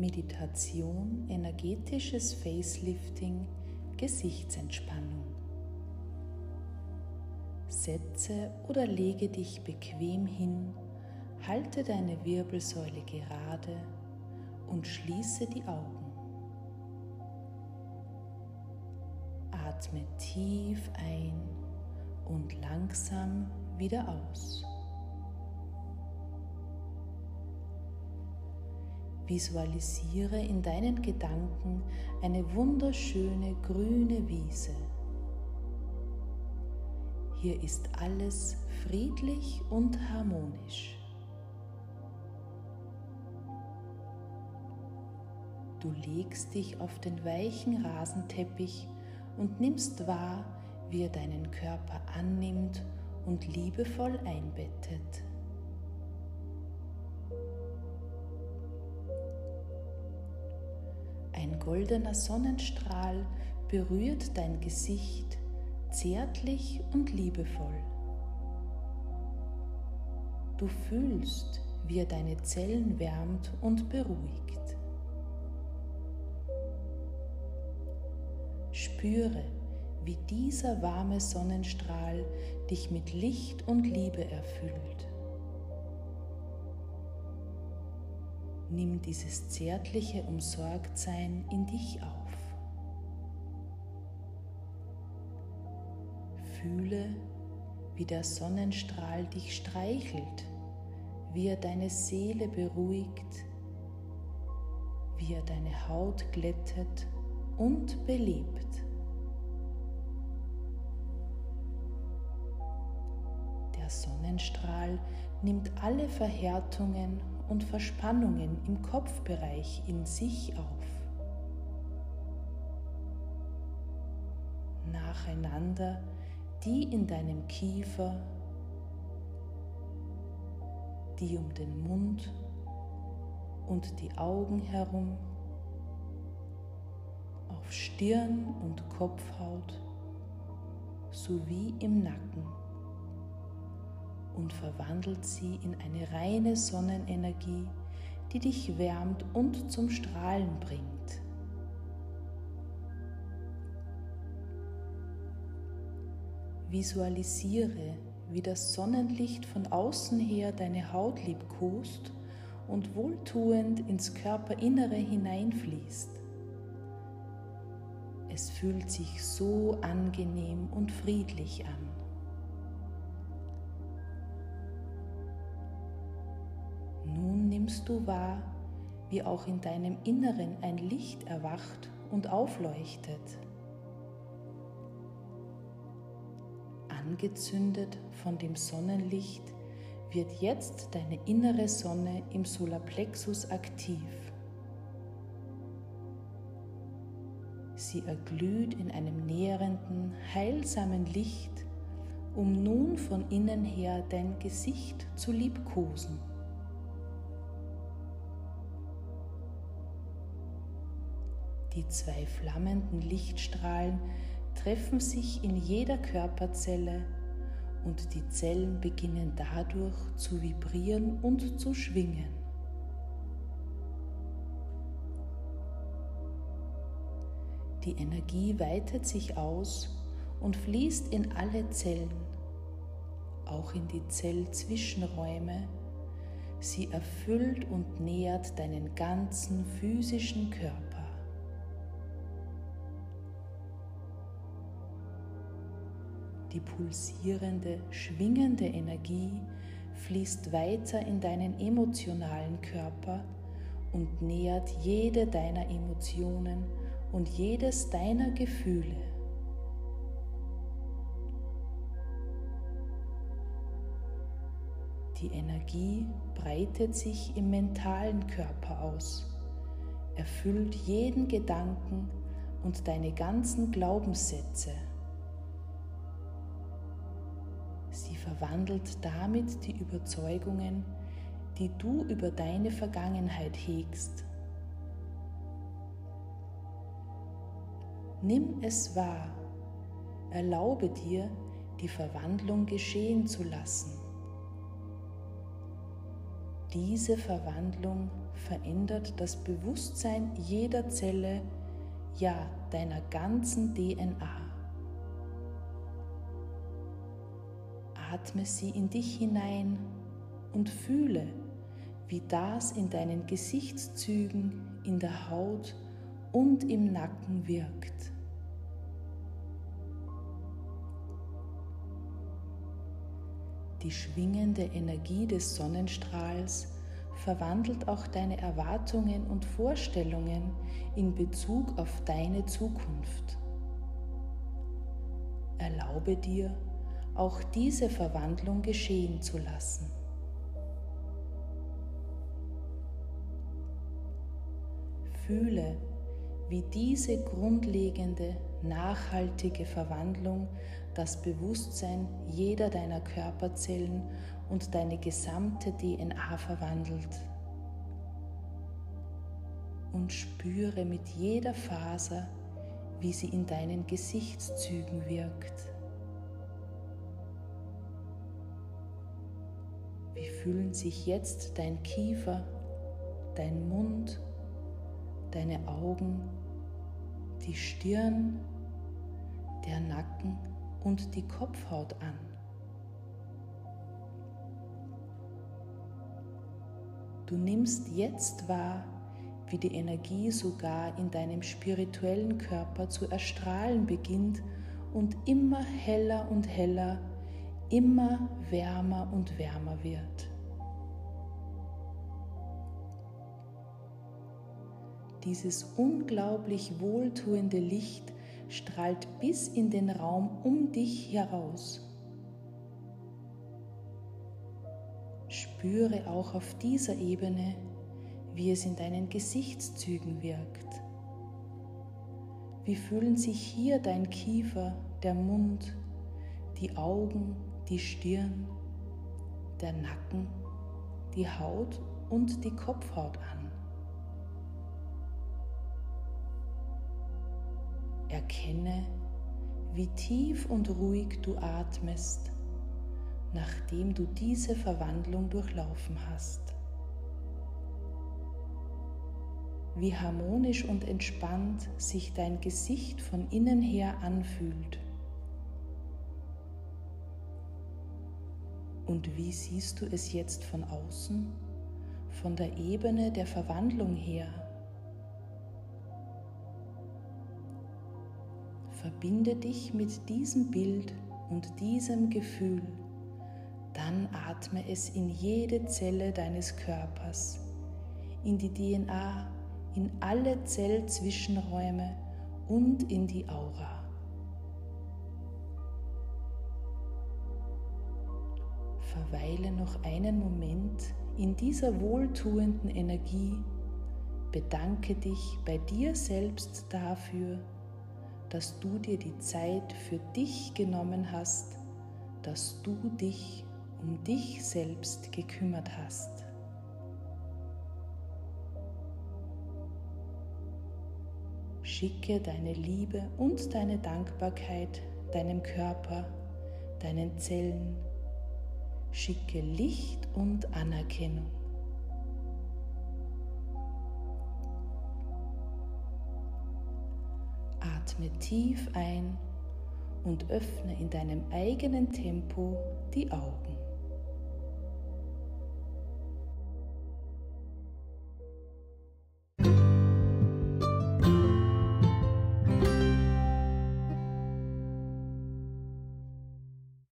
Meditation, energetisches Facelifting, Gesichtsentspannung. Setze oder lege dich bequem hin, halte deine Wirbelsäule gerade und schließe die Augen. Atme tief ein und langsam wieder aus. Visualisiere in deinen Gedanken eine wunderschöne grüne Wiese. Hier ist alles friedlich und harmonisch. Du legst dich auf den weichen Rasenteppich und nimmst wahr, wie er deinen Körper annimmt und liebevoll einbettet. Ein goldener Sonnenstrahl berührt dein Gesicht zärtlich und liebevoll. Du fühlst, wie er deine Zellen wärmt und beruhigt. Spüre, wie dieser warme Sonnenstrahl dich mit Licht und Liebe erfüllt. Nimm dieses zärtliche Umsorgtsein in dich auf. Fühle, wie der Sonnenstrahl dich streichelt, wie er deine Seele beruhigt, wie er deine Haut glättet und belebt. Der Sonnenstrahl nimmt alle Verhärtungen und Verspannungen im Kopfbereich in sich auf. Nacheinander die in deinem Kiefer, die um den Mund und die Augen herum, auf Stirn und Kopfhaut sowie im Nacken und verwandelt sie in eine reine Sonnenenergie, die dich wärmt und zum Strahlen bringt. Visualisiere, wie das Sonnenlicht von außen her deine Haut liebkost und wohltuend ins Körperinnere hineinfließt. Es fühlt sich so angenehm und friedlich an. Nun nimmst du wahr, wie auch in deinem Inneren ein Licht erwacht und aufleuchtet. Angezündet von dem Sonnenlicht wird jetzt deine innere Sonne im Solarplexus aktiv. Sie erglüht in einem nährenden, heilsamen Licht, um nun von innen her dein Gesicht zu liebkosen. Die zwei flammenden Lichtstrahlen treffen sich in jeder Körperzelle und die Zellen beginnen dadurch zu vibrieren und zu schwingen. Die Energie weitet sich aus und fließt in alle Zellen, auch in die Zellzwischenräume. Sie erfüllt und nährt deinen ganzen physischen Körper. Die pulsierende, schwingende Energie fließt weiter in deinen emotionalen Körper und nährt jede deiner Emotionen und jedes deiner Gefühle. Die Energie breitet sich im mentalen Körper aus, erfüllt jeden Gedanken und deine ganzen Glaubenssätze. Sie verwandelt damit die Überzeugungen, die du über deine Vergangenheit hegst. Nimm es wahr, erlaube dir, die Verwandlung geschehen zu lassen. Diese Verwandlung verändert das Bewusstsein jeder Zelle, ja deiner ganzen DNA. Atme sie in dich hinein und fühle, wie das in deinen Gesichtszügen, in der Haut und im Nacken wirkt. Die schwingende Energie des Sonnenstrahls verwandelt auch deine Erwartungen und Vorstellungen in Bezug auf deine Zukunft. Erlaube dir, auch diese Verwandlung geschehen zu lassen. Fühle, wie diese grundlegende, nachhaltige Verwandlung das Bewusstsein jeder deiner Körperzellen und deine gesamte DNA verwandelt. Und spüre mit jeder Faser, wie sie in deinen Gesichtszügen wirkt. Wie fühlen sich jetzt dein Kiefer, dein Mund, deine Augen, die Stirn, der Nacken und die Kopfhaut an? Du nimmst jetzt wahr, wie die Energie sogar in deinem spirituellen Körper zu erstrahlen beginnt und immer heller und heller, immer wärmer und wärmer wird. Dieses unglaublich wohltuende Licht strahlt bis in den Raum um dich heraus. Spüre auch auf dieser Ebene, wie es in deinen Gesichtszügen wirkt. Wie fühlen sich hier dein Kiefer, der Mund, die Augen, die Stirn, der Nacken, die Haut und die Kopfhaut an? Erkenne, wie tief und ruhig du atmest, nachdem du diese Verwandlung durchlaufen hast. Wie harmonisch und entspannt sich dein Gesicht von innen her anfühlt. Und wie siehst du es jetzt von außen, von der Ebene der Verwandlung her? Verbinde dich mit diesem Bild und diesem Gefühl, dann atme es in jede Zelle deines Körpers, in die DNA, in alle Zellzwischenräume und in die Aura. Verweile noch einen Moment in dieser wohltuenden Energie, bedanke dich bei dir selbst dafür, dass du dir die Zeit für dich genommen hast, dass du dich um dich selbst gekümmert hast. Schicke deine Liebe und deine Dankbarkeit deinem Körper, deinen Zellen. Schicke Licht und Anerkennung. Atme tief ein und öffne in deinem eigenen Tempo die Augen.